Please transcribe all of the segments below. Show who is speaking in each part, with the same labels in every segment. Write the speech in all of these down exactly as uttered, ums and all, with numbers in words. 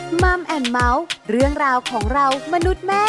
Speaker 1: มัมแอนด์เมาส์เรื่องราวของเรามนุษย์แม่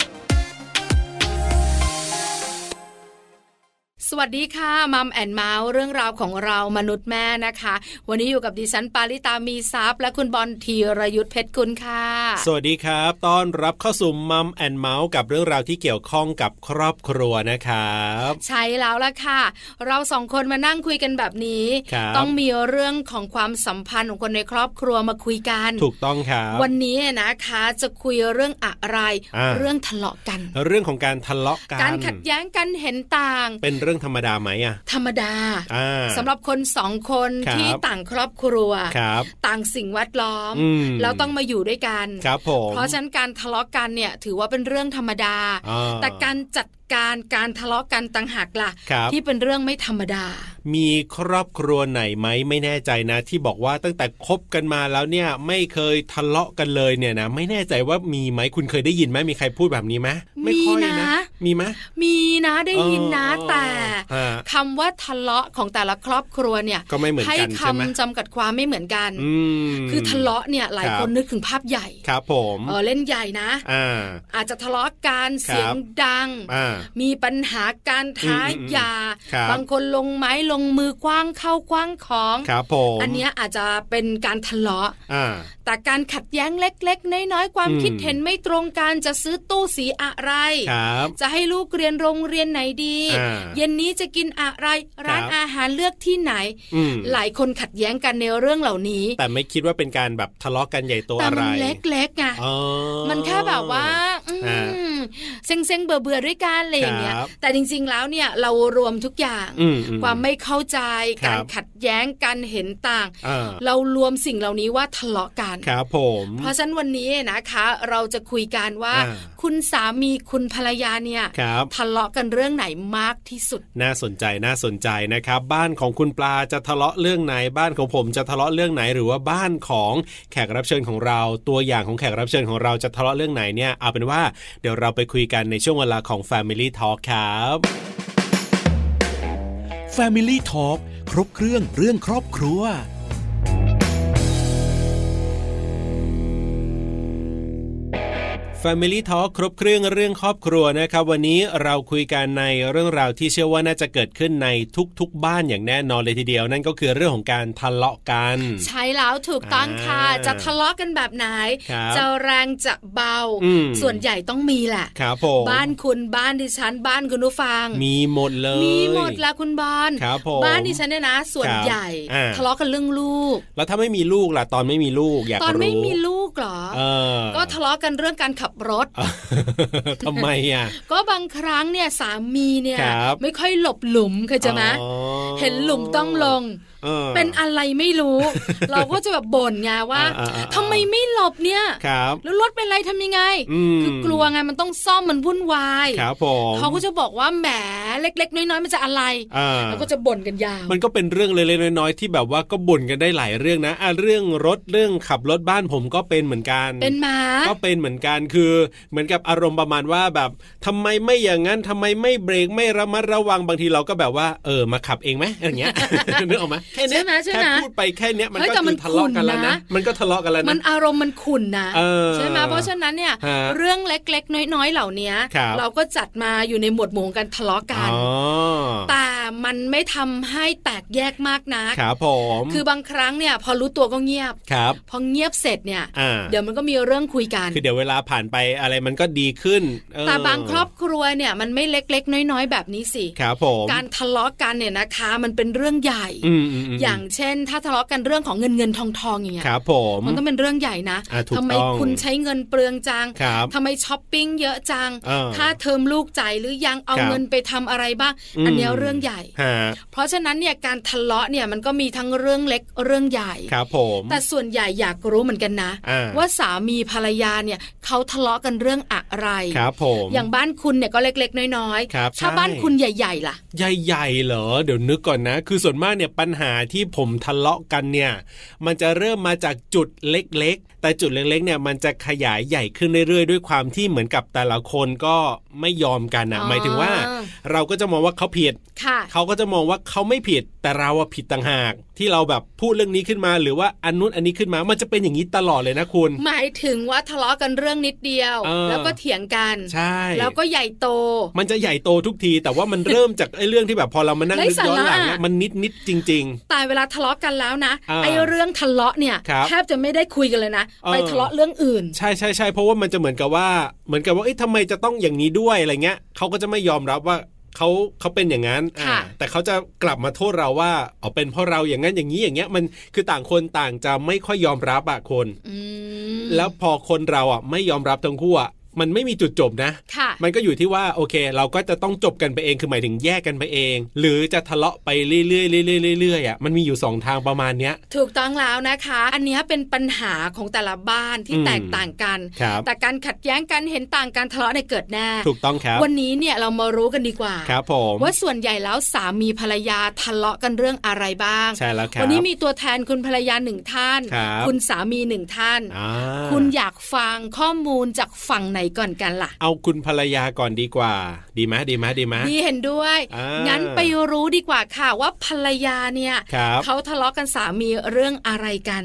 Speaker 2: สวัสดีค่ะมัมแอนด์เมาส์เรื่องราวของเรามนุษย์แม่นะคะวันนี้อยู่กับดิฉันปาริตามีทรัพย์และคุณบอลธีรยุทธเพชรกุลค่ะ
Speaker 3: สวัสดีครับต้อนรับเข้าสู่มัมแอนด์เมาส์กับเรื่องราวที่เกี่ยวข้องกับครอบครัวนะครับ
Speaker 2: ใช่แล้วล่ะค่ะเราสองคนมานั่งคุยกันแบบนี้ต้องมีเรื่องของความสัมพันธ์ของคนในครอบครัวมาคุยกัน
Speaker 3: ถูกต้องครับ
Speaker 2: วันนี้นะคะจะคุยเรื่องอะไรเรื่องทะเลาะกัน
Speaker 3: เรื่องของการทะเลาะกัน
Speaker 2: การขัดแย้งกันเห็นต่าง
Speaker 3: เป็นเรื่องธรรมดาไหมอ่ะ
Speaker 2: ธรรมดาสำหรับคนสองคนที่ต่างครอบครัวต่างสิ่งแวดล้อมแล้วต้องมาอยู่ด้วยกันเพราะฉะนั้นการทะเลาะกันเนี่ยถือว่าเป็นเรื่องธรรมดาแต่การจัดการการทะเลาะกันต่างหากล่ะที่เป็นเรื่องไม่ธรรมดา
Speaker 3: มีครอบครัวไหนไหมไม่แน่ใจนะที่บอกว่าตั้งแต่คบกันมาแล้วเนี่ยไม่เคยทะเลาะกันเลยเนี่ยนะไม่แน่ใจว่ามีไหมคุณเคยได้ยินไหมมีใครพูดแบบนี้ไหมไม่ค่อยนะมีไหม
Speaker 2: มีนะได้ยินนะแต่คำว่าทะเลาะของแต่ละครอบครัวเนี่ย
Speaker 3: ก็ไม่เหมือนกันใช่ไหม
Speaker 2: ให้คำจำกัดความไม่เหมือนกันคือทะเลาะเนี่ยหลายคนนึกถึงภาพใหญ่
Speaker 3: ครับผม
Speaker 2: เออเล่นใหญ่นะอาจจะทะเลาะกันเสียงดังมีปัญหาการท้ายาบางคนลงไม้ลงมือกว้างเข้ากว้างของอันนี้อาจจะเป็นการทะเลาะแต่การขัดแย้งเล็กๆน้อยๆความคิดเห็นไม่ตรงกันจะซื้อตู้สีอะไรจะให้ลูกเรียนโรงเรียนไหนดีเย็นนี้จะกินอะไรร้านอาหารเลือกที่ไหนหลายคนขัดแย้งกันในเรื่องเหล่านี้
Speaker 3: แต่ไม่คิดว่าเป็นการแบบทะเลาะกันใหญ่โตอะไรแต่
Speaker 2: มันเล็กๆไงมันแค่แบบว่าเซ็งๆเบื่อๆด้วยกันอะไรอย่างเงี้ยแต่จริงๆแล้วเนี่ยเรารวมทุกอย่างความไม่เข้าใจการขัดแย้งกันเห็นต่างเรารวมสิ่งเหล่านี้ว่าทะเลาะกัน
Speaker 3: ครับผม
Speaker 2: เพราะฉะนั้นวันนี้นะคะเราจะคุยกันว่าคุณสามีคุณภรรยาเนี่ยทะเลาะกันเรื่องไหนมากที่สุด
Speaker 3: น่าสนใจน่าสนใจนะครับบ้านของคุณปลาจะทะเลาะเรื่องไหนบ้านของผมจะทะเลาะเรื่องไหนหรือว่าบ้านของแขกรับเชิญของเราตัวอย่างของแขกรับเชิญของเราจะทะเลาะเรื่องไหนเนี่ยเอาเป็นว่าเดี๋ยวเราไปคุยกันในช่วงเวลาของ Family Talk ครับ
Speaker 4: Family Talk ครบเครื่องเรื่องครอบครัว
Speaker 3: Family Talk ครบเครื่องเรื่องครอบครัวนะครับวันนี้เราคุยกันในเรื่องราวที่เชื่อว่าน่าจะเกิดขึ้นในทุกๆบ้านอย่างแน่นอนเลยทีเดียวนั่นก็คือเรื่องของการทะเลาะกัน
Speaker 2: ใช่แล้วถูกต้องค่ะจะทะเลาะกันแบบไหนจะแรงจะเบาส่วนใหญ่ต้องมีแหละ
Speaker 3: ครับผม
Speaker 2: บ้านคุณบ้านดิฉันบ้านคุณผู้ฟัง
Speaker 3: มีหมดเลย
Speaker 2: มีหมดละคุณบอลบ้านดิฉันเนี่ยนะส่วนใหญ่ทะเลาะกันเรื่องลูก
Speaker 3: แล้วถ้าไม่มีลูกล่ะตอนไม่มีลูกอยากรู้
Speaker 2: ตอนไม่มีลูกเหรอก็ทะเลาะกันเรื่องการขับรถ
Speaker 3: ทำไมอ่ะ
Speaker 2: ก็บางครั้งเนี่ยสามีเนี่ยไม่ค่อยหลบหลุมเคยจะไหมเห็นหลุมต้องลงเป็นอะไรไม่รู้เราก็จะแบบบ่นไงว่าทำไมไม่หลบเนี่ยแล้วรถเป็นไรทำยังไงคือกลัวไงมันต้องซ่อมมันวุ่นวายเขาก็จะบอกว่าแหมเล็กๆน้อยๆมันจะอะไรแล้วก็จะบ่นกันยาว
Speaker 3: มันก็เป็นเรื่องเล็กๆน้อยๆที่แบบว่าก็บ่นกันได้หลายเรื่องนะอ่ะเรื่องรถเรื่องขับรถบ้านผมก็เป็นเหมือนกัน
Speaker 2: เป็นมา
Speaker 3: ก็เป็นเหมือนกันคือเหมือนกับอารมณ์ประมาณว่าแบบทำไมไม่อย่างนั้นทำไมไม่เบรกไม่ระมัดระวังบางทีเราก็แบบว่าเออมาขับเองไหมอย่างเงี้ยนึกออกไหมแค่นี้แค่พูดไปแค่นี้มันก็คือทะเลาะกันแล้วนะมันก็ทะเลาะกันแล้วนะ
Speaker 2: มันอารมณ์มันขุ่นนะใช่ไหมเพราะฉะนั้นเนี่ยเรื่องเล็กๆน้อยๆเหล่านี้เราก็จัดมาอยู่ในหมวดหมู่กันทะเลาะกันแต่มันไม่ทำให้แตกแยกมากนะครับ
Speaker 3: ผม
Speaker 2: คือบางครั้งเนี่ยพอรู้ตัวก็เงียบพอเงียบเสร็จเนี่ยเดี๋ยวมันก็มีเรื่องคุยกัน
Speaker 3: คือเดี๋ยวเวลาผ่านไปอะไรมันก็ดีขึ้น
Speaker 2: แต่บางครอบครัวเนี่ยมันไม่เล็กๆน้อยๆแบบนี้สิ
Speaker 3: ครับผม
Speaker 2: การทะเลาะกันเนี่ยนะคะมันเป็นเรื่องใหญ่อย่างเช่นถ้าทะเลาะกันเรื่องของเงินเงินทองทองอย่างเงี้ย
Speaker 3: ครับผม
Speaker 2: มันต้องเป็นเรื่องใหญ่นะทำไมคุณใช้เงินเปลืองจังทำไมช้อปปิ้งเยอะจังค่าเทอมลูกจ่ายหรือยังเอาเงินไปทำอะไรบ้างอันนี้เรื่องใหญ่เพราะฉะนั้นเนี่ยการทะเลาะเนี่ยมันก็มีทั้งเรื่องเล็กเรื่องใหญ่
Speaker 3: ครับผม
Speaker 2: แต่ส่วนใหญ่อยากรู้เหมือนกันนะว่าสามีภรรยาเนี่ยเขาทะเลาะกันเรื่องอะไร
Speaker 3: ครับผม
Speaker 2: อย่างบ้านคุณเนี่ยก็เล็กๆน้อยๆถ้าบ้านคุณใหญ่ๆล่ะ
Speaker 3: ใหญ่ๆเหรอเดี๋ยวนึกก่อนนะคือส่วนมากเนี่ยปัญหาที่ผมทะเลาะกันเนี่ยมันจะเริ่มมาจากจุดเล็กๆแต่จุดเล็กๆเนี่ยมันจะขยายใหญ่ขึ้นเรื่อยๆด้วยความที่เหมือนกับแต่ละคนก็ไม่ยอมกันนะหมายถึงว่าเราก็จะมองว่าเขาผิดเขาก็จะมองว่าเขาไม่ผิดแต่เราอะผิดต่างหากที่เราแบบพูดเรื่องนี้ขึ้นมาหรือว่าอันนู้นอันนี้ขึ้นมามันจะเป็นอย่างนี้ตลอดเลยนะคุณ
Speaker 2: หมายถึงว่าทะเลาะกันเรื่องนิดเดียวแล้วก็เถียงกัน
Speaker 3: ใช่
Speaker 2: แล้วก็ใหญ่โต
Speaker 3: มันจะใหญ่โตทุกทีแต่ว่ามันเริ่มจากไอ้เรื่องที่แบบพอเรามานั่งนึกย้อนหลังมันนิดนิดจริงๆ
Speaker 2: แต่เวลาทะเลาะกันแล้วนะไอ้เรื่องทะเลาะเนี่ยแทบจะไม่ได้คุยกันเลยนะไปทะเลาะเรื่องอื่น
Speaker 3: ใช่ใช่ใช่เพราะว่ามันจะเหมือนกับว่าเหมือนกับว่าเอ๊ะทำไมจะต้องอย่างนี้ด้วยอะไรเงี้ยเขาก็จะไม่ยอมรับว่าเขาเขาเป็นอย่างนั้นแต่เขาจะกลับมาโทษเราว่าเอาเป็นเพราะเราอย่างนั้นอย่างนี้อย่างเงี้ยมันคือต่างคนต่างจะไม่ค่อยยอมรับอะคนแล้วพอคนเราอะไม่ยอมรับทั้งคู่อะมันไม่มีจุดจบนะมันก็อยู่ที่ว่าโอเคเราก็จะต้องจบกันไปเองคือหมายถึงแยกกันไปเองหรือจะทะเลาะไปเรื่อยๆเรื่อยๆเรื่อยๆอ่ะมันมีอยู่สองทางประมาณเนี้ย
Speaker 2: ถูกต้องแล้วนะคะอันนี้เป็นปัญหาของแต่ละบ้านที่แตกต่างกันแต่การขัดแย้งกันเห็นต่างกันทะเลาะในเกิดแน่
Speaker 3: ถูกต้องครับ
Speaker 2: วันนี้เนี่ยเรามารู้กันดีกว่า
Speaker 3: ครับผม
Speaker 2: ว่าส่วนใหญ่แล้วสามีภรรยาทะเลาะกันเรื่องอะไรบ้าง
Speaker 3: ใช่แล้วครับ
Speaker 2: วันนี้มีตัวแทนคุณภรรยาหนึ่งท่านคุณสามีหนึ่งท่านคุณอยากฟังข้อมูลจากฝั่งไหนก่อนกันล่ะ
Speaker 3: เอาคุณภรรยาก่อนดีกว่าดีไหมดีไหมดีไหม
Speaker 2: ดีเห็นด้วยงั้นไปรู้ดีกว่าค่ะว่าภรรยาเนี่ยเขาทะเลาะกันสามีเรื่องอะไรกัน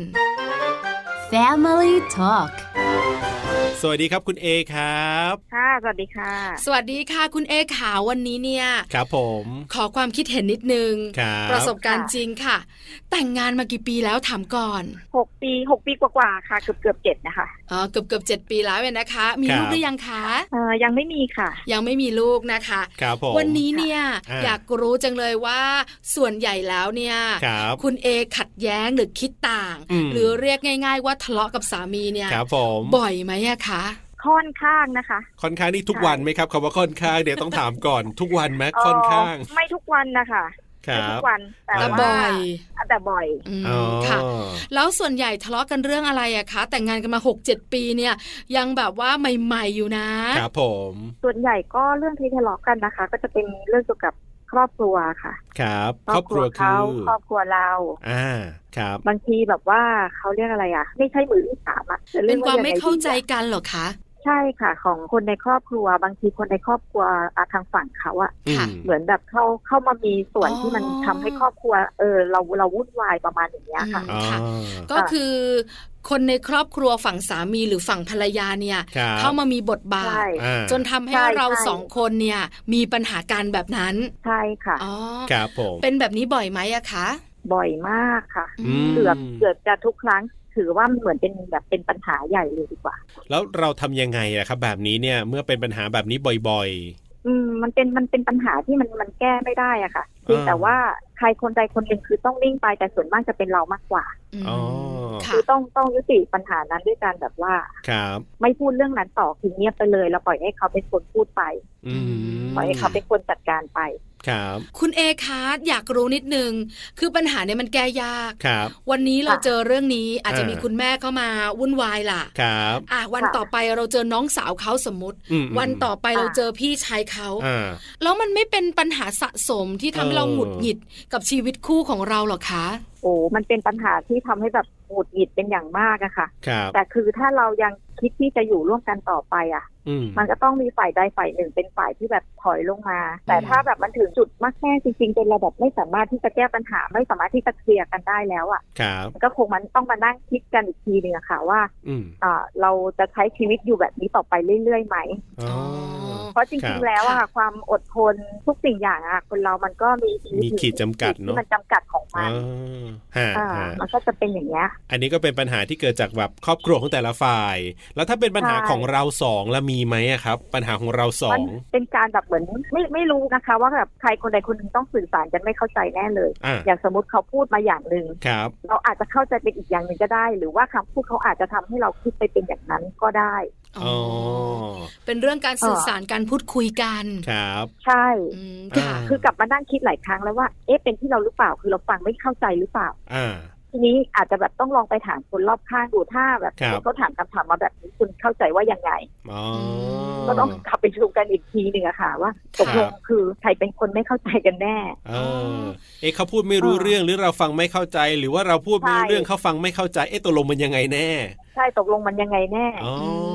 Speaker 1: Family Talk
Speaker 3: สวัสดีครับคุณเอครับ
Speaker 5: ค่ะสวัสดีค่ะ
Speaker 2: สวัสดีค่ะคุณเอขาวันนี้เนี่ย
Speaker 3: ครับผม
Speaker 2: ขอความคิดเห็นนิดนึงประสบการณ์จริงค่ะแต่งงานมากี่ปีแล้วถามก่อน
Speaker 5: หกปีหกปีกว่าๆค่ะเกือบเกือบเจ็ดนะคะ
Speaker 2: อ๋อเกือบเกือบเจ็ดปีแล้วเลยนะคะมีลูกหรือยังคะ
Speaker 5: เออยังไม่มีค่ะ
Speaker 2: ยังไม่มีลูกนะคะ
Speaker 3: ครับผม
Speaker 2: วันนี้เนี่ยอยากรู้จังเลยว่าส่วนใหญ่แล้วเนี่ยคุณเอขัดแย้งหรือคิดต่างหรือเรียกง่ายๆว่าทะเลาะกับสามีเนี่ยบ่อยไหมอะคะ
Speaker 5: ค่อนข้างนะคะ
Speaker 3: ค่อนข้างนี่ทุกวันไหมครับคำว่าค่อนข้างเดี๋ยวต้องถามก่อนทุกวันไหมค่อนข้าง
Speaker 5: ไม่ทุกวันนะคะไม่ทุกวันแต่
Speaker 2: บ่อย
Speaker 5: แต่บ่อย
Speaker 2: ค่ะแล้วส่วนใหญ่ทะเลาะกันเรื่องอะไรอะคะแต่งงานกันมา หกเจ็ด ปีเนี่ยยังแบบว่าใหม่ๆอยู่นะครับ
Speaker 3: ผม
Speaker 5: ส่วนใหญ่ก็เรื่องที่ทะเลาะกันนะคะก็จะเป็นเรื่องเกี่ยวกับครอบครัวค่ะ
Speaker 3: ครับ
Speaker 5: ครอบครัวเขาครอบครัวเรา
Speaker 3: อ่าครับ
Speaker 5: บางทีแบบว่าเขาเรียกอะไรอะไม่ใช่มือที่สามอะ
Speaker 2: เป็นความไม่เข้าใจกันเหรอคะ
Speaker 5: ใช่ค่ะของคนในครอบครัวบางทีคนในครอบครัวทางฝั่งเขาอะเหมือนแบบเขาเข้ามามีส่วนที่มันทำให้ครอบครัวเออเราเราวุ่นวายประมาณอย่างเงี้ยค่ะ
Speaker 2: ก็คือคนในครอบครัวฝั่งสามีหรือฝั่งภรรยาเนี่ยเข้ามามีบทบาทจนทำให้เราสองคนเนี่ยมีปัญหาการแบบนั้น
Speaker 5: ใช่ค่ะ
Speaker 2: อ๋อ
Speaker 3: ครับผม
Speaker 2: เป็นแบบนี้บ่อยไหมอะคะ
Speaker 5: บ่อยมากค่ะเกือบเกือบจะทุกครั้งถือว่าเหมือนเป็นแบบเป็นปัญหาใหญ่เลยดีกว่า
Speaker 3: แล้วเราทำยังไงอะครับแบบนี้เนี่ยเมื่อเป็นปัญหาแบบนี้บ่อย
Speaker 5: ๆอืมมันเป็นมันเป็นปัญหาที่มันมันแก้ไม่ได้อะค่ะเพียงแต่ว่าใครคนใดคนหนึ่งคือต้องนิ่งไปแต่ส่วนมากจะเป็นเรามากกว่า
Speaker 3: อ๋อ
Speaker 5: คือต้องต้องยุติปัญหานั้นด้วยการแบบว่า
Speaker 3: ครับ
Speaker 5: ไม่พูดเรื่องนั้นต่อคือเงียบไปเลยแล้วปล่อยให้เขาเป็นคนพูดไปปล่อยให้เขาเป็นคนจัดการไป
Speaker 3: ครับ
Speaker 2: คุณเอคะอยากรู้นิดนึงคือปัญหาเนี่ยมันแก้ยาก
Speaker 3: ครับ
Speaker 2: วันนี้เราเจอเรื่องนี้อาจจะมีคุณแม่เข้ามาวุ่นวายล่ะ
Speaker 3: ครับ
Speaker 2: อ่ะวันต่อไปเราเจอน้องสาวเขาสมมติวันต่อไปเราเจอพี่ชายเขาแล้วมันไม่เป็นปัญหาสะสมที่ทำให้เราหงุดหงิดกับชีวิตคู่ของเราหรอคะ
Speaker 5: โอ้มันเป็นปัญหาที่ทำให้แบบหงุดหงิดเป็นอย่างมากอะค่ะแต่คือถ้าเรายังคิดที่จะอยู่ร่วมกันต่อไปอะมันก็ต้องมีฝ่ายใดฝ่ายหนึ่งเป็นฝ่ายที่แบบถอยลงมาแต่ถ้าแบบมันถึงจุดมากแค่จริงๆจนเราแบบไม่สามารถที่จะแก้ปัญหาไม่สามารถที่จะเคลียร์กันได้แล้วอะก็คงมันต้องมานั่งคิดกันอีกทีนึงอะค่ะว่าอ่าเราจะใช้ชีวิตอยู่แบบนี้ต่อไปเรื่อยๆไหมเพราะจริงๆแล้วอะความอดทนทุกสิ่งอย่างอะคนเรามันก็มี
Speaker 3: มีขีดจำกัดเนาะ
Speaker 5: มันจำกัดของมันมันก็จะเป็นอย่างนี้
Speaker 3: อันนี้ก็เป็นปัญหาที่เกิดจากแบบครอบครัวของแต่ละฝ่ายแล้วถ้าเป็นปัญหาของเราสองแล้วมีไหมอะครับปัญหาของเราสอง
Speaker 5: เป็นการแบบเหมือนไม่ไม่รู้นะคะว่าแบบใครคนใดคนหนึ่งต้องสื่อสารกันไม่เข้าใจแน่เลย อ, อย่างสมมติเขาพูดมาอย่างนึงเราอาจจะเข้าใจเป็นอีกอย่างนึงก็ได้หรือว่าคำพูดเขาอาจจะทำให้เราคิดไปเป็นอย่างนั้นก็ได้
Speaker 2: อ๋อเป็นเรื่องการสื่อสารการพูดคุยกัน
Speaker 3: ครับ
Speaker 5: ใช่คือกลับมานั่งคิดหลายครั้งแล้วว่าเอ๊ะเป็นที่เราหรือเปล่าคือเราฟังไม่เข้าใจหรือเปล่า
Speaker 3: อ่า
Speaker 5: ทีนี้อาจจะแบบต้องลองไปถามคนรอบข้างดูถ้าแบบเขาถามคำถามมาแบบนี้คุณเข้าใจว่ายังไงก็ต้องกลับไปดูกันอีกทีหนึ่งอะค่ะว่าตกลงคือใครเป็นคนไม่เข้าใจกันแน่
Speaker 3: เออเอ๊ะเขาพูดไม่รู้เรื่องหรือเราฟังไม่เข้าใจหรือว่าเราพูดไม่รู้เรื่องเขาฟังไม่เข้าใจเอ๊ะตกลงมันยังไงแน่
Speaker 5: ใช่ตกลงมันยังไงแน่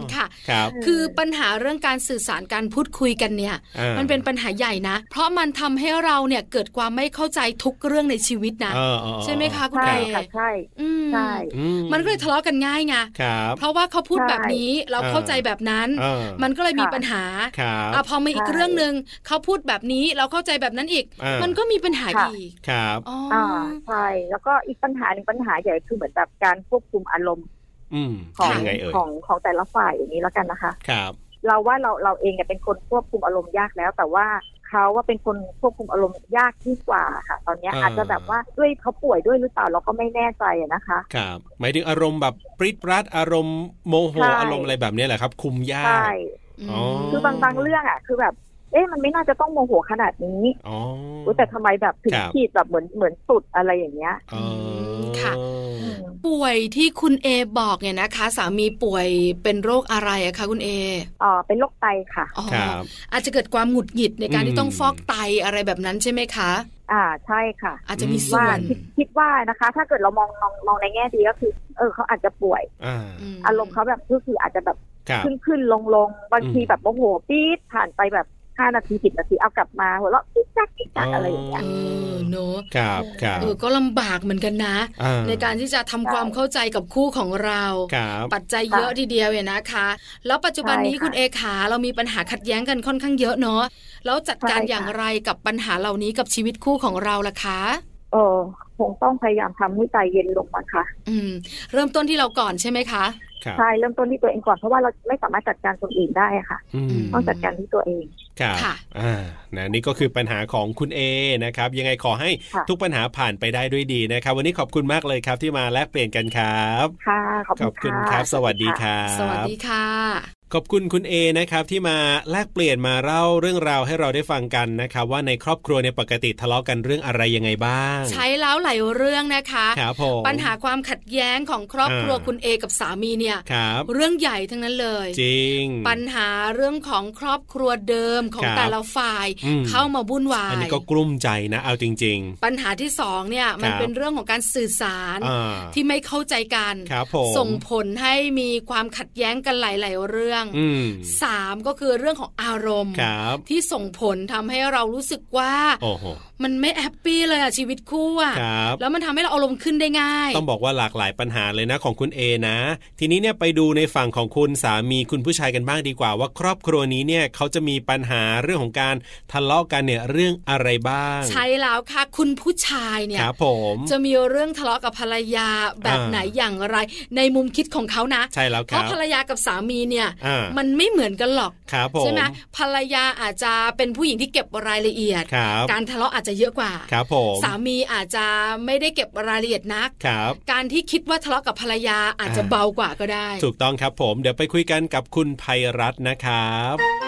Speaker 2: ค่ะคือปัญหาเรื่องการสื่อสารการพูดคุยกันเนี่ยมันเป็นปัญหาใหญ่นะเพราะมันทำให้เราเนี่ยเกิดความไม่เข้าใจทุกเรื่องในชีวิตนะใช่ไหมคะคุณเอ
Speaker 5: ใช่ใช่ใช่
Speaker 2: มันก็เลยทะเลาะกันง่ายไงเพราะว่าเขาพูดแบบนี้เราเข้าใจแบบนั้นมันก็เลยมีปัญหาอ่ะพอมาอีกเรื่องนึงเขาพูดแบบนี้เราเข้าใจแบบนั้นอีกมันก็มีปัญหาอีก
Speaker 3: ครับ
Speaker 2: อ๋อ
Speaker 5: ใช่แล้วก็อีกปัญหาหนึ่งปัญหาใหญ่คือเหมือนแบบการควบคุมอารมณ์ของของของแต่ละฝ่ายอย่างนี้แล้วกันนะคะ
Speaker 3: ครับ
Speaker 5: เราว่าเราเราเองเป็นคนควบคุมอารมณ์ยากแล้วแต่ว่าเขาว่าเป็นคนควบคุมอารมณ์ยากยิ่งกว่าค่ะตอนนี้อาจจะแบบว่าด้วยเขาป่วยด้วยหรือเปล่าเราก็ไม่แน่ใจนะคะ
Speaker 3: ครับหมายถึงอารมณ์แบบปริ๊ดปรัดอารมณ์โมโหอารมณ์อะไรแบบนี้แหละครับคุมยาก
Speaker 5: ใช่คือบางบางเรื่องอ่ะคือแบบเอ๊ะมันไม่น่าจะต้องโมโหขนาดนี้อ๋อแต่ทำไมแบบถึงขีดแบบเหมือนเหมือนสุดอะไรอย่างเงี้ย
Speaker 3: อ๋อ
Speaker 2: ค่ะป่วยที่คุณเอบอกเนี่ยนะคะสามีป่วยเป็นโรคอะไรอะคะคุณเอ
Speaker 5: อ๋อเป็นโรคไตค่ะ
Speaker 2: อ๋ออาจจะเกิดความหงุดหงิดในการที่ต้องฟอกไตอะไรแบบนั้นใช่ไหมคะ
Speaker 5: อ่าใช่ค่ะ
Speaker 2: อาจจะมีส่วน
Speaker 5: คิดว่านะคะถ้าเกิดเรามองมองมองในแง่ดีก็คือเออเขาอาจจะป่วยอารมณ์เขาแบบก็คืออาจจะแบบขึ้นขึ้นลงลงบางทีแบบโมโหปี๊ดผ่านไปแบบห้านาทีสิบนาทีเอากลับมาหัวเราะกิ๊กจักกิ๊กจักอะไรอย่างเงี้ย
Speaker 2: เออเนอะ
Speaker 3: ครับครับ
Speaker 2: เออก็ลำบากเหมือนกันนะในการที่จะทำความเข้าใจกับคู่ของเราปัจจัยเยอะทีเดียวเนี่ยนะคะแล้วปัจจุบันนี้คุณเอขาเรามีปัญหาขัดแย้งกันค่อนข้างเยอะเนาะแล้วจัดการอย่างไรกับปัญหาเหล่านี้กับชีวิตคู่ของเราล่ะคะ
Speaker 5: เออคงต้องพยายามทำให้ใจเย็นลงนะคะ
Speaker 2: อืมเริ่มต้นที่เราก่อนใช่ไหมคะ
Speaker 5: ใช่เริ่มต้นที่ตัวเองก่อนเพราะว่าเราไม่สามารถจัดการคนอื่นได้ค่ะต้องจัดการที่ตัวเอง
Speaker 3: ค่ะอ่านะนี่ก็คือปัญหาของคุณเอนะครับยังไงขอให้ทุกปัญหาผ่านไปได้ด้วยดีนะครับวันนี้ขอบคุณมากเลยครับที่มาแลกเปลี่ยนกันครับ
Speaker 5: ค่ะขอบ
Speaker 3: คุณครับสวัสดีครับ
Speaker 2: สวัสดีค่ะ
Speaker 3: ขอบคุณคุณเอนะครับที่มาแลกเปลี่ยนมาเล่าเรื่องราวให้เราได้ฟังกันนะครับว่าในครอบครัวในปกติทะเลาะกันเรื่องอะไรยังไงบ้าง
Speaker 2: ใช้แล้วหลายเรื่องนะคะ
Speaker 3: ครับผม
Speaker 2: ปัญหาความขัดแย้งของครอบครัวคุณเอกับสามีเนี่ยเรื่องใหญ่ทั้งนั้นเลย
Speaker 3: จริง
Speaker 2: ปัญหาเรื่องของครอบครัวเดิมของแต่ละฝ่ายเข้ามาวุ่นวาย
Speaker 3: อันนี้ก็กลุ้มใจนะเอาจริง
Speaker 2: ๆปัญหาที่สองเนี่ยมันเป็นเรื่องของการสื่อสารที่ไม่เข้าใจกันส่งผลให้มีความขัดแย้งกันหลายๆเรื่องสามก็คือเรื่องของอารมณ์ที่ส่งผลทำให้เรารู้สึกว่ามันไม่แฮปปี้เลยอะชีวิตคู่อะแล้วมันทำให้เราอารมณ์ขึ้นได้ง่าย
Speaker 3: ต้องบอกว่าหลากหลายปัญหาเลยนะของคุณเอนะทีนี้เนี่ยไปดูในฝั่งของคุณสามีคุณผู้ชายกันบ้างดีกว่าว่าครอบครัวนี้เนี่ยเขาจะมีปัญหาเรื่องของการทะเลาะกันเนี่ยเรื่องอะไรบ้าง
Speaker 2: ใช่แล้วค่ะคุณผู้ชายเนี่ย
Speaker 3: ครับผม
Speaker 2: จะมีเรื่องทะเลาะกับภรรยาแบบไหนอย่างไรในมุมคิดของเขานะ
Speaker 3: ใช่แล้วครับ
Speaker 2: เพราะภรรยากับสามีเนี่ยมันไม่เหมือนกันหรอกใช่ไหมภรรยาอาจจะเป็นผู้หญิงที่เก็บรายละเอียดการทะเลาะอาจจะเยอะกว่าสามีอาจจะไม่ได้เก็บรายละเอียดนักการที่คิดว่าทะเลาะกับภรรยาอาจจะเบากว่าก็ได้
Speaker 3: ถูกต้องครับผมเดี๋ยวไปคุยกันกับคุณไพรัตน์นะครับ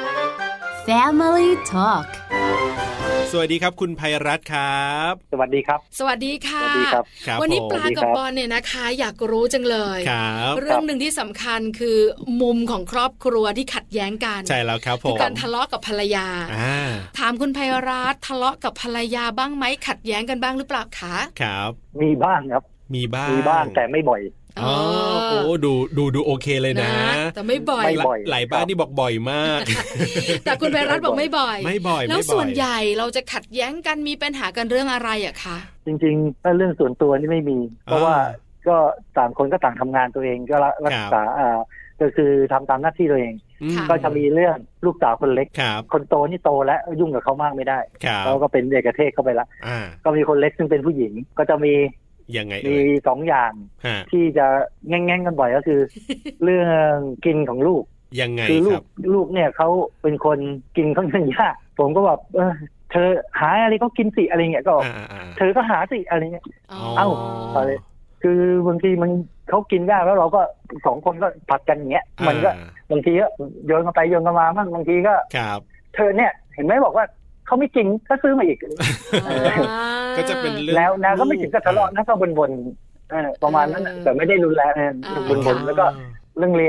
Speaker 1: Family Talk
Speaker 3: สวัสดีครับคุณไพรัตน์ครับ
Speaker 6: สวัสดีครับ
Speaker 2: สวัสดีค่ะ
Speaker 6: สวัสดีครับ
Speaker 2: วันนี้ปลากับบอลเนี่ยนะคะอยากรู้จังเลยเรื่องหนึ่งที่สำคัญคือมุมของครอบครัวที่ขัดแย้งกัน
Speaker 3: ใช่แล้วครับผม
Speaker 2: การทะเลาะกับภรรยาถามคุณไพรัตน์ทะเลาะกับภรรยาบ้างไหมขัดแย้งกันบ้างหรือเปล่าคะ
Speaker 3: ครับ
Speaker 6: มีบ้างครับ
Speaker 3: มีบ้าง
Speaker 6: มีบ้างแต่ไม่บ่อย
Speaker 3: อ๋อโอ้ดูดูดูโอเคเลยนะ
Speaker 2: แต่ไม่บ่อย
Speaker 3: หลายบ้านที่บอกบ่อยมาก
Speaker 2: แต่คุณไพรัตน์บอกไม่บ่อย
Speaker 3: ไม่บ่อย
Speaker 2: แล้วส่วนใหญ่เราจะขัดแย้งกันมีปัญหากันเรื่องอะไรอะคะ
Speaker 6: จริงๆถ้าเรื่องส่วนตัวนี่ไม่มีเพราะว่าก็ต่างคนก็ต่างทำงานตัวเองก็รักษาอ่าก็คือทำตามหน้าที่ตัวเองก็จะมีเรื่องลูกสาวคนเล็กคนโตนี่โตแล้วยุ่งกับเขามากไม่ได้เขาก็เป็นเด็กกระเทศเข้าไปละก็มีคนเล็กซึ่งเป็นผู้หญิงก็จะมี
Speaker 3: ยังไง
Speaker 6: มีสองอย่างที่จะแง่งๆกันบ่อยก็คือ เรื่องกินของลูก
Speaker 3: ยังไง
Speaker 6: คือลูกลูกเนี่ยเขาเป็นคนกินค่อนข้างยากผมก็แบบเออเธอหาอะไรก็กินสิอะไรเงี้ยก็เธอก็หาสิอะไรเงี้ยเอ้าอะไรคือบางทีมันเขากินยากแล้วเราก็สองคนก็ผัดกันอย่างเงี้ยมันก็บางทีก็โยนกันไปโยนกันมาบ้างบางทีก็เธอเนี่ยเห็นไหมบอกว่าเขาไม่จริงก็ซื้อมาอีก
Speaker 3: ก็จะเป็นเรื่อง
Speaker 6: แล้วนะก็ไม่ถึงกับทะเลาะนะก็บนๆประมาณนั้นแต่ไม่ได้รุนแรงบนๆแล้วก็เรื่องเรียน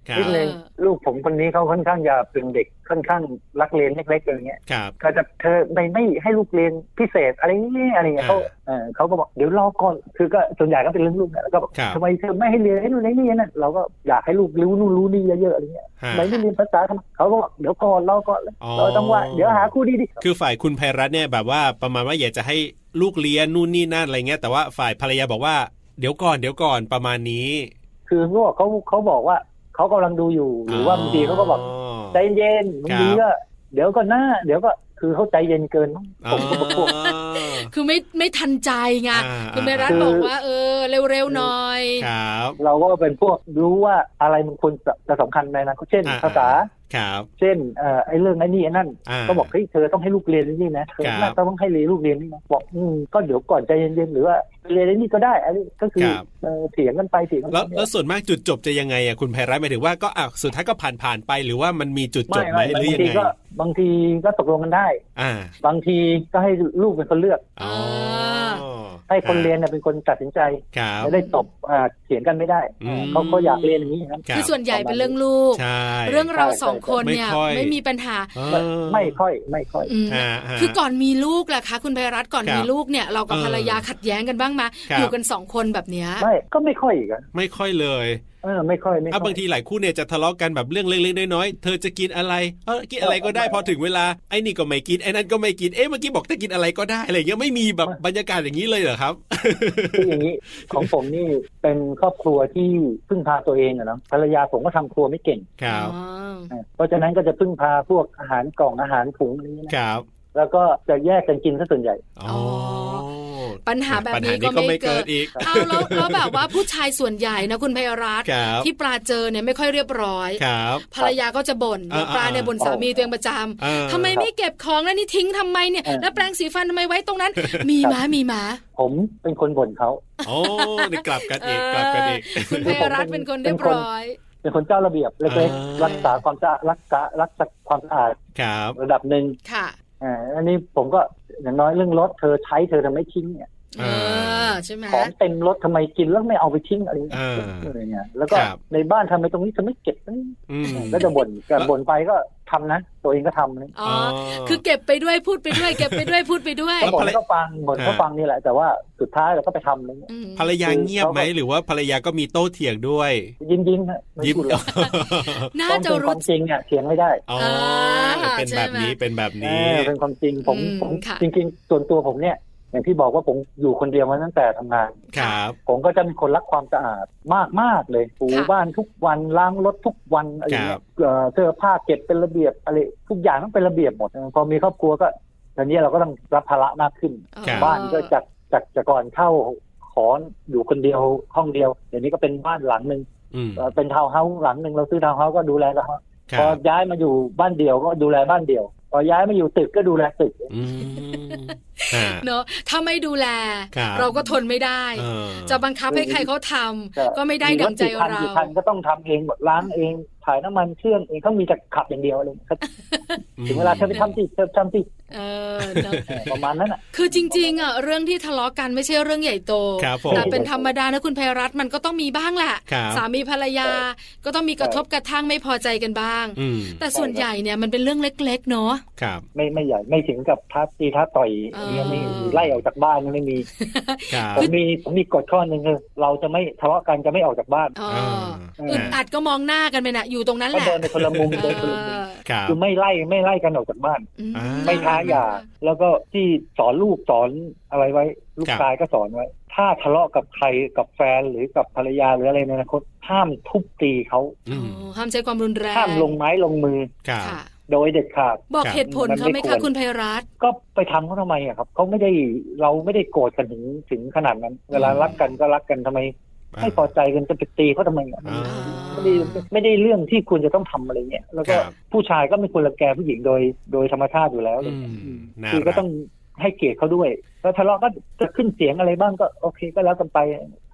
Speaker 6: นิดนึงลูกผมคนนี้เขาค่อนข้างจะเป็นเด็กค่อนข้างรักเรียนเล็กๆอย่างเงี้ยก็จะเธอไม่ไม่ให้ลูกเรียนพิเศษอะไรนี่อะไรเงี้ยเขาเออเขาก็บอกเดี๋ยวรอก่อนคือก็ส่วนใหญ่ก็เป็นเรื่องลูกเนี่ยแล้วก็ทำไมเธอไม่ให้เรียนให้นู่นให้นี่นั่นเราก็อยากให้ลูกรู้นู่นรู้นี่เยอะๆอะไรเงี้ยไม่ไม่เรียนภาษาทำเขาก็บอกเดี๋ยวก่อนรอก่อนเราต้องว่าเดี๋ยวหาครูดีๆ
Speaker 3: คือฝ่ายคุณไพรัตน์เนี่ยแบบว่าประมาณว่าอยากจะให้ลูกเรียนนู่นนี่นั่นอะไรเงี้ยแต่ว่าฝ่ายภรรยาบอกว่าเดี๋ยวก่อนเดี๋ยวก่อนประมาณนี้
Speaker 6: คือเขาเขาบอกว่าเขากำลังดูอยู่หรือว่าบางทีเขาก็บอกใจเย็นบางทีก็เดี๋ยวก็หน้าเดี๋ยวก็คือเขาใจเย็นเกินผมก็พวก
Speaker 2: คือไม่ไม่ทันใจไงคุณเมรัตบอกว่าเออเร็วๆหน่อย
Speaker 3: ครับ
Speaker 6: เราก็เป็นพวกรู้ว่าอะไรมันควรจะสำคัญในนั้นเช่นภาษาเช่นเอ่อไอ้เรื่องไอ้นี่ไอ้นั่นก็บอกเฮ้ยเธอต้องให้ลูกเรียนนี่นะเธอน่าต้องให้เรียนลูกเรียนนี่นะบอกอืมก็เดี๋ยวก่อนใจเย็นๆหรือว่าเรียนนี่ก็ได้อันนี้ก็คือเถียงกันไปเถียงกันไป
Speaker 3: แล้วส่วนมากจุดจบจะยังไงอ่ะคุณไพรัตน์หมายถึงว่าก็อ่ะสุดท้ายก็ผ่านๆไปหรือว่ามันมีจุดจบไหมหรือยังไง
Speaker 6: บางทีก็ตกลงกันได้บางทีก็ให้ลูกเป็นคนเลือกให้คนเรียนเป็นคนตัดสินใจไม่ได้ตบเถียงกันไม่ได้เขาเขาอยากเรียนอย่างนี้ครับ
Speaker 2: คือส่วนใหญ่เป็นเรื่องลูกเรื่องเราสองคนเนี่ยไม่มีปัญหา
Speaker 6: ไม่ค่อยไม่ค่อย
Speaker 2: คือก่อนมีลูกแหละคะคุณไพรัตน์ก่อนมีลูกเนี่ยเรากับภรรยาขัดแย้งกันบ้างไหมอยู่กันสองคนแบบเนี้ย
Speaker 6: ไม่ก็ไม่ค่อยกัน
Speaker 3: ไม่ค่อยเลย
Speaker 6: เออไม่ค่อยไม่ค่อย
Speaker 3: บางทีหลายคู่เนี่ยจะทะเลาะกันแบบเรื่องเล็กๆน้อยๆเธอจะกินอะไรเออกินอะไรก็ได้พอถึงเวลาไอ้นี่ก็ไม่กินไอ้นั่นก็ไม่กินเอ๊ะเมื่อกี้บอกจะกินอะไรก็ได้อะไรเงี้ยไม่มีแบบบรรยากาศอย่างนี้เลยเหรอครับ
Speaker 6: คืออย่างนี้ของผมนี่เป็นครอบครัวที่พึ่งพาตัวเองอะเนาะภรรยาผมก็ทำครัวไม่เก่ง
Speaker 3: ครับ
Speaker 6: เพราะฉะนั้นก็จะพึ่งพาพวกอาหารกล่องอาหารถุงนี้นะครับแล้วก็จะแยกกันกินซะส่วนใหญ่
Speaker 3: อ๋อ
Speaker 2: ปัญหาแบบนี้ก็ไม่เกิดอีกเอาแล้วแล้วแบบว่าผู้ชายส่วนใหญ่นะคุณไพรัตน์ที่ปลาเจอเนี่ยไม่ค่อยเรียบร้อยภรรยาก็จะบ่นปลาเนี่ยบ่นสามีตัวเองประจำทำไมไม่เก็บของแล้วนี่ทิ้งทำไมเนี่ยแล้วแปรงสีฟันทำไมไว้ตรงนั้นมีหมามีหมา
Speaker 6: ผมเป็นคนบ่นเขา
Speaker 3: โอ้นี่กลับกันอีกกลับกันอีก
Speaker 2: คุณไพรัตน์เป็นคนเรียบร้อย
Speaker 6: เป็นคนเจ้าระเบียบเล็กๆรักษาความสะอาดรักษารักษาความสะอาดระดับหนึ่ง
Speaker 2: ค่ะ
Speaker 6: อ่าอันนี้ผมก็อย่างน้อยเรื่องรถเธอใช้เธอทำไม่ทิ้งเนี่ย
Speaker 2: เออใช่ไหม
Speaker 6: ของเต็มรถทำไมกินแล้วไม่เอาไปทิ้งอะไรอย่างเงี้ยแล้วก็ในบ้านทำไมตรงนี้เธอไม่เก็บก็จะบ่นก็บ่นไปก็ทำนะตัวเองก็ทำนะ
Speaker 2: อ๋อคือเก็บไปด้วยพูดไปด้วยเก็บไปด้วยพูดไปด้วย
Speaker 6: บ่นก็ฟังบ่นก็ฟังนี่แหละแต่ว่าสุดท้ายเราก็ไปทำเลย
Speaker 3: ภรรยาเงียบไหมหรือว่าภรรยาก็มีโต้เถียงด้วย
Speaker 6: ยิ้มยิ้มฮะ
Speaker 3: ยิ้ม
Speaker 2: น่าจะรู้
Speaker 6: จริงอ่ะเถียงไม่ได้
Speaker 3: อ๋อเป็นแบบนี้เป็นแบบนี้
Speaker 6: เป็นความจริงผมจริงๆส่วนตัวผมเนี่ยอย่างที่บอกว่าผมอยู่คนเดียวมาตั้งแต่ทำงาน
Speaker 3: ครับ
Speaker 6: ผมก็จะเป็นคนรักความสะอาดมากมากเลยถูบ้านทุกวันล้างรถทุกวันอะไรอย่างเงี้ยเสื้อผ้าเก็บเป็นระเบียบอะไรทุกอย่างต้องเป็นระเบียบหมดพอมีครอบครัวก็ตอนนี้เราก็ต้องรับภาระมากขึ้นบ้านก็จากจากจากก่อนเข้าขออยู่คนเดียวห้องเดียวเดี๋ยวนี้ก็เป็นบ้านหลังนึงเป็นทาวน์เฮาส์หลังนึงเราซื้อทาวน์เฮาส์ก็ดูแลแล้วพอย้ายมาอยู่บ้านเดี่ยวก็ดูแลบ้านเดี่ยวพอย้ายมาอยู่ตึกก็ดูแลตึก
Speaker 2: เนอะถ้าไม่ดูแลเราก็ทนไม่ได้จะบังคับให้ใครเขาทำก็ไม่ได้ดังใจเรา
Speaker 6: กี่คันก็ต้องทำเองหมดล้างเองถ่ายน้ำมันเครื่องเองเขามีแต่ขับอย่างเดียวเลยถึงเวลาเธอไปทำที่เธอทำที่ประมาณนั้นอ่ะ
Speaker 2: คือจริงๆอ่ะเรื่องที่ทะเลาะกันไม่ใช่เรื่องใหญ่โตแต่เป็นธรรมดานะคุณไพรัตน์มันก็ต้องมีบ้างแหละสามีภรรยาก็ต้องมีกระทบกระทั่งไม่พอใจกันบ้างแต่ส่วนใหญ่เนี่ยมันเป็นเรื่องเล็กๆเนาะ
Speaker 6: ไม่ไม่ใหญ่ไม่ถึงกับท้าตีท้าต่อยเนี่ยไม่ไล่ออกจากบ้านไม่มีผมมีผมมีกฎข้อนึงคือเราจะไม่ทะเลาะกันจะไม่ออกจากบ้าน
Speaker 2: อึดอัดก็มองหน้ากันไปนะอยู่ตรงนั้นแหละ
Speaker 6: เดินในคนละมุมเดินคนละมุมคือไม่ไล่ไม่ไล่กันออกจากบ้านไม่ท้าหย่าแล้วก็ที่สอนลูกสอนอะไรไว้ลูกชายก็สอนไว้ถ้าทะเลาะกับใครกับแฟนหรือกับภรรยาหรืออะไรในอนาคตห้ามทุบตีเขา
Speaker 2: ห้ามใช้ความรุนแรง
Speaker 6: ห้ามลงไม้ลงมือโดยเด็ดขาด
Speaker 2: บอกเหตุผลเขาไหมคะคุณไพรัตน์
Speaker 6: ก็ไปทำเขาทำไมอะครับเขาไม่ได้เราไม่ได้โกรธกันถึงถึงขนาดนั้นเวลารักกันก็รักกันทำไมไม่พอใจกันจะไปตีเขาทำไมอ่ะไม่ได้ไม่ได้เรื่องที่ควรจะต้องทำอะไรเงี้ยแล้วก็ผู้ชายก็ไม่ควรรังแกผู้หญิงโดยโดยธรรมชาติอยู่แล้วคือก็ต้องให้เกียรติเขาด้วยแล้วทะเลาะก็จะขึ้นเสียงอะไรบ้างก็โอเคก็แล้วกันไป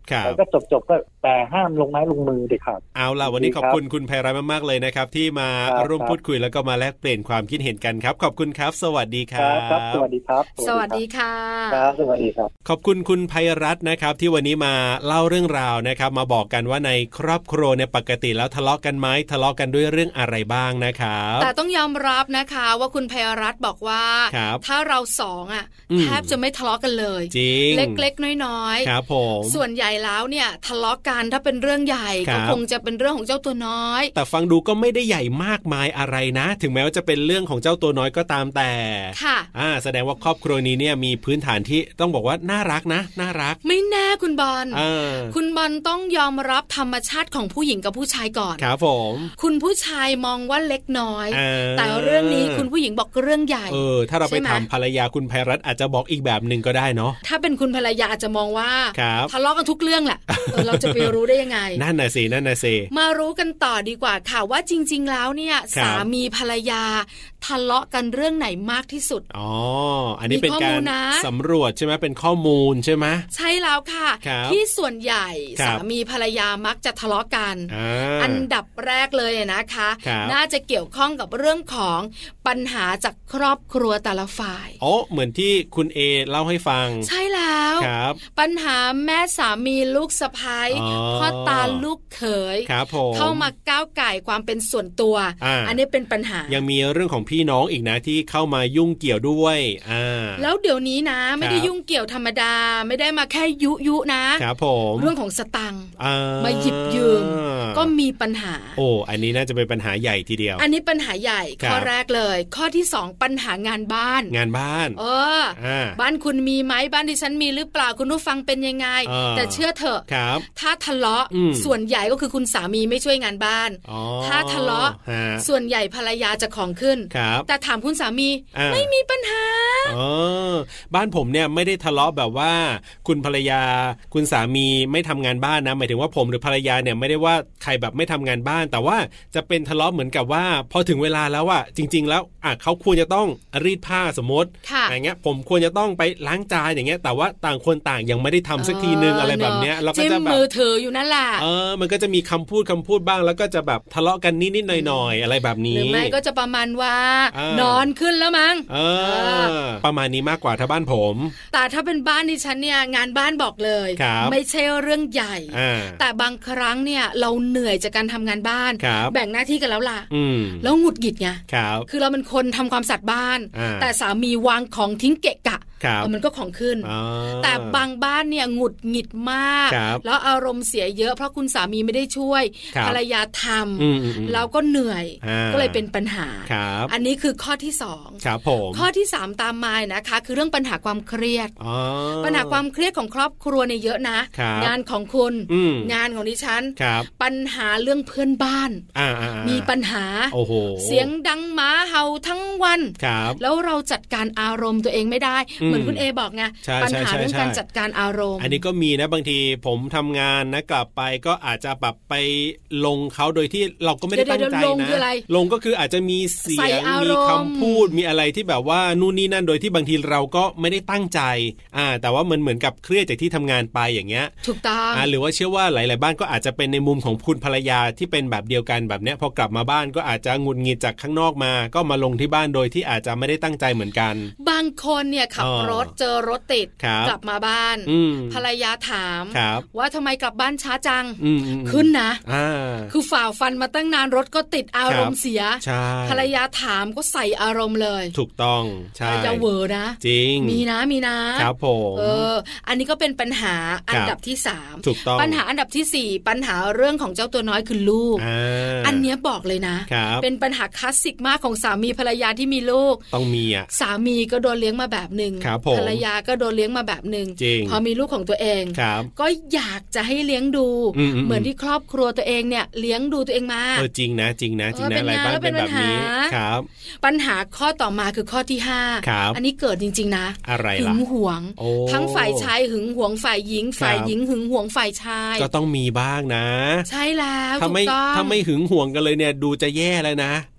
Speaker 6: แล้วก็จบๆก็แต่ห้ามลงไม้ลงมือเด็ดขาด
Speaker 3: เอาล่ะวันนี้ขอบคุณคุณไพรัตน์มากๆเลยนะครับที่มาร่วมพูดคุยแล้วก็มาแลกเปลี่ยนความคิดเห็นกันครับขอบคุณครับสวัสดีครับ
Speaker 6: ครับสวัสดีครับ
Speaker 2: สวัสดีค่ะ
Speaker 6: ครับสวัสดีครับ
Speaker 3: ขอบคุณคุณไพรัตน์นะครับที่วันนี้มาเล่าเรื่องราวนะครับมาบอกกันว่าในครอบครัวเนี่ยปกติแล้วทะเลาะกันไหมทะเลาะกันด้วยเรื่องอะไรบ้างนะครับ
Speaker 2: แต่ต้องยอมรับนะคะว่าคุณไพรัตน์บอกว่าถ้าเราสองอ่ะแทบจะไม่ทะเลาะกันเลย
Speaker 3: จริง
Speaker 2: เล็กๆน้อย
Speaker 3: ๆครับผม
Speaker 2: ส่วนใหญ่แล้วเนี่ยทะเลาะกันถ้าเป็นเรื่องใหญ่ก็คงจะเป็นเรื่องของเจ้าตัวน้อย
Speaker 3: แต่ฟังดูก็ไม่ได้ใหญ่มากมายอะไรนะถึงแม้ว่าจะเป็นเรื่องของเจ้าตัวน้อยก็ตามแต่
Speaker 2: ค่ะ
Speaker 3: อ่าแสดงว่าครอบครัวนี้เนี่ยมีพื้นฐานที่ต้องบอกว่าน่ารักนะน่ารัก
Speaker 2: ไม่แน่คุณบอลคุณบอลต้องยอมรับธรรมชาติของผู้หญิงกับผู้ชายก่อน
Speaker 3: ครับผม
Speaker 2: คุณผู้ชายมองว่าเล็กน้อยแต่เรื่องนี้คุณผู้หญิงบอกเรื่องใหญ่
Speaker 3: เออถ้าเราไปถามภรรยาคุณไพรัตน์อาจจะบอกอีกแบบนึงก็ได้เนาะ
Speaker 2: ถ้าเป็นคุณภรรยาอาจจะมองว่าทะเลาะกันทุกเรื่องแหละเออเราจะไปรู้ได้ยังไง
Speaker 3: นั่นน่ะสินั่นน่ะสิ
Speaker 2: มารู้กันต่อดีกว่าค่ะว่าจริงๆแล้วเนี่ยสามีภรรยาทะเลาะกันเรื่องไหนมากที่สุด
Speaker 3: อ๋ออันนี้เป็นการสำรวจใช่ไหมเป็นข้อมูลใช่ไหม
Speaker 2: ใช่แล้วค่ะที่ส่วนใหญ่สามีภรรยามักจะทะเลาะกันอันดับแรกเลยนะคะน่าจะเกี่ยวข้องกับเรื่องของปัญหาจากครอบครัวแต่ละฝ่าย
Speaker 3: โอ้เหมือนที่คุณเอเล่าให้ฟัง
Speaker 2: ใช่แล้วปัญหาแม่สามีลูกสะใภ้พ่อตาลูกเขยเข้ามาก้าวไก่ความเป็นส่วนตัว อ, อันนี้เป็นปัญหา
Speaker 3: ยังมีเรื่องของพี่น้องอีกนะที่เข้ามายุ่งเกี่ยวด้วยอ่า
Speaker 2: แล้วเดี๋ยวนี้นะไม่ได้ยุ่งเกี่ยวธรรมดาไม่ได้มาแค่ยุยุนะครับ
Speaker 3: ผม
Speaker 2: เรื่องของสตังค์มาหยิบยืมก็มีปัญหา
Speaker 3: โอ้อันนี้น่าจะเป็นปัญหาใหญ่ทีเดียว
Speaker 2: อันนี้ปัญหาใหญ่ข้อแรกเลยข้อที่สองปัญหางานบ้าน
Speaker 3: งานบ้าน
Speaker 2: เออบ้านคุณมีไหมบ้านที่ฉันมีหรือเปล่าคุณผู้ฟังเป็นยังไงแต่เชื่อเถอะถ้าทะเลาะส่วนใหญ่ก็คือคุณสามีไม่ช่วยงานบ้านถ้าทะเลาะส่วนใหญ่ภรรยาจะของขึ้นแต่ถามคุณสามีไม่มีปัญหา
Speaker 3: บ้านผมเนี่ยไม่ได้ทะเลาะแบบว่าคุณภรรยาคุณสามีไม่ทำงานบ้านนะหมายถึงว่าผมหรือภรรยาเนี่ยไม่ได้ว่าใครแบบไม่ทำงานบ้านแต่ว่าจะเป็นทะเลาะเหมือนกับว่าพอถึงเวลาแล้วอะจริงๆแล้วอ่ะเขาควรจะต้องรีดผ้าสมมติอย่างเงี้ยผมควรจะต้องไปล้างจานอย่างเงี้ยแต่ว่าต่างคนต่างยังไม่ได้ทำสักทีนึงอะไรแบบเนี้ยเราก็จะแบบ
Speaker 2: มือถืออยู่นั่นแหละ
Speaker 3: เออมันก็จะมีคำพูดคำพูดบ้างแล้วก็จะแบบทะเลาะกันนิดๆหน่อยๆอะไรแบบนี้
Speaker 2: หรือไม่ก็จะประมาณว่านอนขึ้นแล้วมั้ง
Speaker 3: เออประมาณนี้มากกว่าถ้าบ้านผม
Speaker 2: แต่ถ้าเป็นบ้านดิฉันเนี่ยงานบ้านบอกเลยไม่ใช่เรื่องใหญ่แต่บางครั้งเนี่ยเราเหนื่อยจากการทำงานบ้านแบ่งหน้าที่กันแล้วล่ะแล้วหงุดหงิดไงคือเราเป็นคนทำความสะอาดบ้านแต่สามีวางของทิ้งเกะกะมันก็ของขึ้นแต่บางบ้านเนี่ยหงุดหงิดมากแล้วอารมณ์เสียเยอะเพราะคุณสามีไม่ได้ช่วยภรรยาทำแล้วก็เหนื่อยก็เลยเป็นปัญหาอันนี้คือข้อที่สองข้อที่สามตามมานะคะคือเรื่องปัญหาความเครียดปัญหาความเครียดของครอบครัวเนี่ยเยอะนะงานของคุณงานของดิฉันปัญหาเรื่องเพื่อนบ้านมีปัญหาเสียงดังหมาเห่าทั้งวันแล้วเราจัดการอารมณ์ตัวเองไม่ได้เหมือนคุณเอบอกไงปัญหาเรื่องการจัดการอารมณ์
Speaker 3: อันนี้ก็มีนะบางทีผมทำงานนะกลับไปก็อาจจะแบบไปลงเขาโดยที่เราก็ไม่ได้ตั้งใจนะลงก็คืออาจจะมีเสียงมีคำพูดมีอะไรที่แบบว่านู่นนี่นั่นโดยที่บางทีเราก็ไม่ได้ตั้งใจอ่าแต่ว่ามันเหมือนกับเครียดจากที่ทำงานไปอย่างเงี้ย
Speaker 2: ถูกต้อง
Speaker 3: อ่าหรือว่าเชื่อว่าหลายๆบ้านก็อาจจะเป็นในมุมของคุณภรรยาที่เป็นแบบเดียวกันแบบเนี้ยพอกลับมาบ้านก็อาจจะหงุดหงิดจากข้างนอกมาก็มาลงที่บ้านโดยที่อาจจะไม่ได้ตั้งใจเหมือนกัน
Speaker 2: บางคนเนี่ยขับรถเจอรถติดกลับมาบ้านภรรยาถามว่าทำไมกลับบ้านช้าจังขึ้นนะคือฝ่าฟันมาตั้งนานรถก็ติดอารมณ์เสียภรรยาถามก็ใส่อารมณ์เลย
Speaker 3: ถูกต้องใช่
Speaker 2: จะเวอร์นะ
Speaker 3: จริง
Speaker 2: มีนะมีนะครับ
Speaker 3: ผม
Speaker 2: เอออันนี้ก็เป็นปัญหาอันดับที่สาม
Speaker 3: ถูกต้อง
Speaker 2: ปัญหาอันดับที่สี่ปัญหาเรื่องของเจ้าตัวน้อยคือลูก อ, อันนี้บอกเลยนะเป็นปัญหาคลาสสิกมากของสามีภรรยาที่มีลูก
Speaker 3: ต้องมีอ่ะ
Speaker 2: สามีก็โดนเลี้ยงมาแบบนึงภรรยาก็โดนเลี้ยงมาแบบนึงพอมีลูกของตัวเองก็อยากจะให้เลี้ยงดูเหมือนที่ครอบครัวตัวเองเนี่ยเลี้ยงดูตัวเองมา
Speaker 3: เออจริงนะจริงนะจริงนะหลายบ้านเป็นแบบนี้ครับ
Speaker 2: ปัญหาข้อต่อมาคือข้อที่ห้าอันนี้เกิดจริงๆนะ
Speaker 3: อะไรล่ะ
Speaker 2: หึงหวงทั้งฝ่ายชายหึงหวงฝ่ายหญิงฝ่ายหญิงหึงหวงฝ่ายชาย
Speaker 3: ก็ต้องมีบ้างนะ
Speaker 2: ใช่แล้ว
Speaker 3: ถ้าไม่ถ้าไม่หึงหวงกันเลยเนี่ยดูจะแย่เลยนะ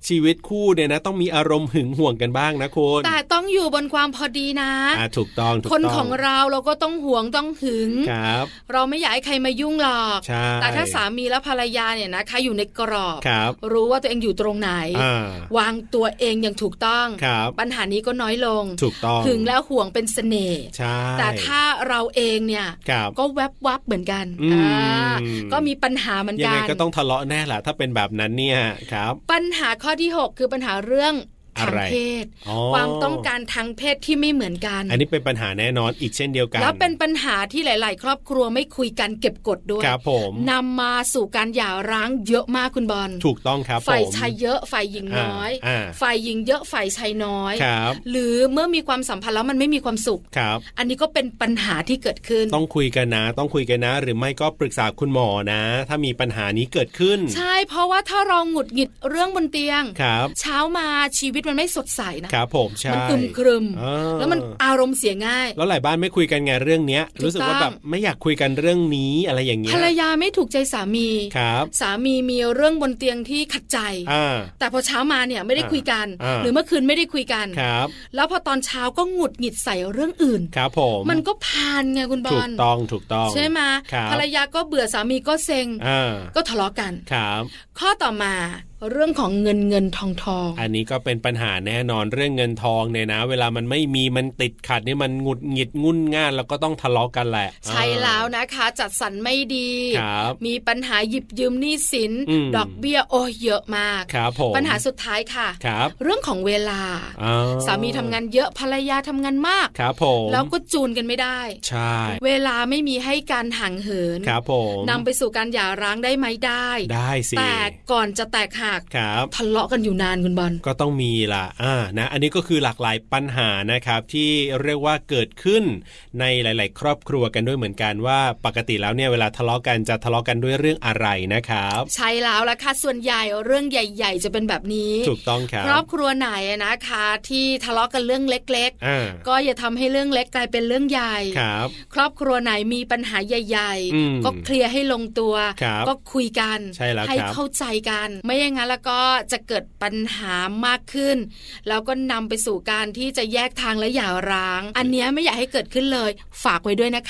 Speaker 3: ชีวิตคู่เนี่ยนะต้องมีอารมณ์หึงหวงกันบ้างนะคุณ
Speaker 2: แต่ต้องอยู่บนความพอดีนะ
Speaker 3: อ่าถูกต้อง
Speaker 2: คนของเราเราก็ต้องหวงต้องหึง
Speaker 3: ครับ
Speaker 2: เราไม่อยากให้ใครมายุ่งหรอกแต่ถ้าสามีและภรรยาเนี่ยนะคะอยู่ในกรอบรู้ว่าตัวเองอยู่ตรงไหนวางตัวเองอย่างถูกต้องปัญหานี้ก็น้อยลง
Speaker 3: ถูกต้อง
Speaker 2: หึงแล้วห่วงเป็นเสน่ห์แต่ถ้าเราเองเนี่ยก็แวบวับเหมือนกันก็มีปัญหาเหมือนกัน
Speaker 3: ยังไงก็ต้องทะเลาะแน่แหละถ้าเป็นแบบนั้นเนี่ยครับ
Speaker 2: ปัญหาข้อที่หกคือปัญหาเรื่องทางเพศความต้องการทางเพศที่ไม่เหมือนกัน
Speaker 3: อันนี้เป็นปัญหาแน่นอนอีกเช่นเดียวกัน
Speaker 2: แล้วเป็นปัญหาที่หลายๆครอบครัวไม่คุยกันเก็บกดด้วย
Speaker 3: ครับผม
Speaker 2: นำมาสู่การหย่าร้างเยอะมากคุณบอล
Speaker 3: ถูกต้องครับ
Speaker 2: ฝ่ายชายเยอะฝ่ายหญิงน้อยฝ่ายหญิงเยอะฝ่ายชายน้อยหรือเมื่อมีความสัมพันธ์แล้วมันไม่มีความสุขอันนี้ก็เป็นปัญหาที่เกิดขึ้น
Speaker 3: ต้องคุยกันนะต้องคุยกันนะหรือไม่ก็ปรึกษาคุณหมอนะถ้ามีปัญหานี้เกิดขึ้น
Speaker 2: ใช่เพราะว่าถ้าเราหงุดหงิดเรื่องบนเตียงเช้ามาชีวิตมันไม่สดใส
Speaker 3: ครับผมใช่
Speaker 2: มันอึมครึมแล้วมันอารมณ์เสียง่าย
Speaker 3: แล้วหลายบ้านไม่คุยกันไงเรื่องนี้รู้สึกว่าแบบไม่อยากคุยกันเรื่องนี้อะไรอย่างเงี้ย
Speaker 2: ภรรยาไม่ถูกใจสามี
Speaker 3: ครับ
Speaker 2: สามีมีเรื่องบนเตียงที่ขัดใจแต่พอเช้ามาเนี่ยไม่ได้คุยกันหรือเมื่อคืนไม่ได้คุยกัน
Speaker 3: ครับ
Speaker 2: แล้วพอตอนเช้าก็หงุดหงิดใส่เรื่องอื่น
Speaker 3: ครับผม
Speaker 2: มันก็พานไงคุณบอล
Speaker 3: ถูกต้องถูกต้อง
Speaker 2: ใช่ไหมภรรยาก็เบื่อสามีก็เซ็งก็ทะเลาะกัน
Speaker 3: ครับ
Speaker 2: ข้อต่อมาเรื่องของเงินเงินทองทอง
Speaker 3: อันนี้ก็เป็นปัญหาแน่นอนเรื่องเงินทองเนี่ยนะเวลามันไม่มีมันติดขัดนี่มันหงุดหงิดงุ่นง่านแล้วก็ต้องทะเลาะกันแหละ
Speaker 2: ใช่แล้วนะคะจัดสรรไม่ดีมีปัญหาหยิบยืมหนี้สินดอกเบี้ยโอ้เยอะมากปัญหาสุดท้ายค่ะเรื่องของเวลาสามีทำงานเยอะภรรยาทำงานมากแล้วก็จูนกันไม่ได้
Speaker 3: ใช่
Speaker 2: เวลาไม่มีให้การห่างเหินนำไปสู่การหย่าร้างได้ไหมได้
Speaker 3: ได้สิ
Speaker 2: แต่ก่อนจะแตกหักทะเลาะกันอยู่นานคุณบอล
Speaker 3: ก็ต้องมีล่ะอ่านะอันนี้ก็คือหลากหลายปัญหานะครับที่เรียกว่าเกิดขึ้นในหลายๆครอบครัวกันด้วยเหมือนกันว่าปกติแล้วเนี่ยเวลาทะเลาะกันจะทะเลาะกันด้วยเรื่องอะไรนะครับ
Speaker 2: ใช่แล้วล่ะค่ะส่วนใหญ่เรื่องใหญ่ๆจะเป็นแบบนี้
Speaker 3: ถูกต้องครับ
Speaker 2: ครอบครัวไหนนะคะที่ทะเลาะกันเรื่องเล็กๆก็อย่าทำให้เรื่องเล็กกลายเป็นเรื่องใหญ่
Speaker 3: ครับ
Speaker 2: ครอบครัวไหนมีปัญหาใหญ่ๆก็เคลียร์ให้ลงตัวก็คุยกัน
Speaker 3: ใ,
Speaker 2: ให้เข้าใจกันไม่อย่างนั้นแล้วก็จะเกิดปัญหามากขึ้นแล้วก็นำไปสู่การที่จะแยกทางและหย่าร้างอันนี้ไม่อยากให้เกิดขึ้นเลยฝากไว้ด้วยนะคะ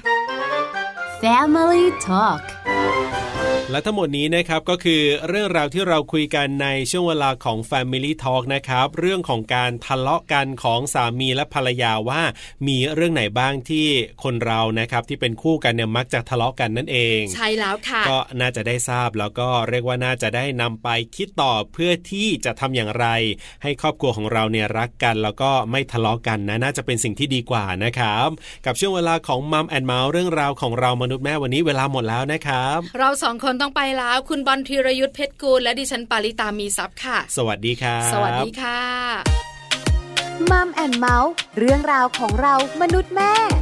Speaker 1: Family Talk
Speaker 3: และทั้งหมดนี้นะครับก็คือเรื่องราวที่เราคุยกันในช่วงเวลาของ Family Talk นะครับเรื่องของการทะเลาะกันของสามีและภรรยาว่ามีเรื่องไหนบ้างที่คนเรานะครับที่เป็นคู่กันเนี่ยมักจะทะเลาะกันนั่นเอง
Speaker 2: ใช่แล้วค่ะ
Speaker 3: ก็น่าจะได้ทราบแล้วก็เรียกว่าน่าจะได้นำไปคิดต่อเพื่อที่จะทำอย่างไรให้ครอบครัวของเราเนี่ยรักกันแล้วก็ไม่ทะเลาะกันนะน่าจะเป็นสิ่งที่ดีกว่านะครับกับช่วงเวลาของ Mum and Mouse เรื่องราวของเรามนุษย์แม่วันนี้เวลาหมดแล้วนะครับ
Speaker 2: เราสองคนต้องไปแล้วคุณบอลธีรยุทธเพชรกูลและดิฉันปาริตามีทรัพย์ค่ะ
Speaker 3: สวัสดีค่ะ
Speaker 2: สวัสดีค่ะ
Speaker 1: มัมแอนด์เมาส์เรื่องราวของเรามนุษย์แม่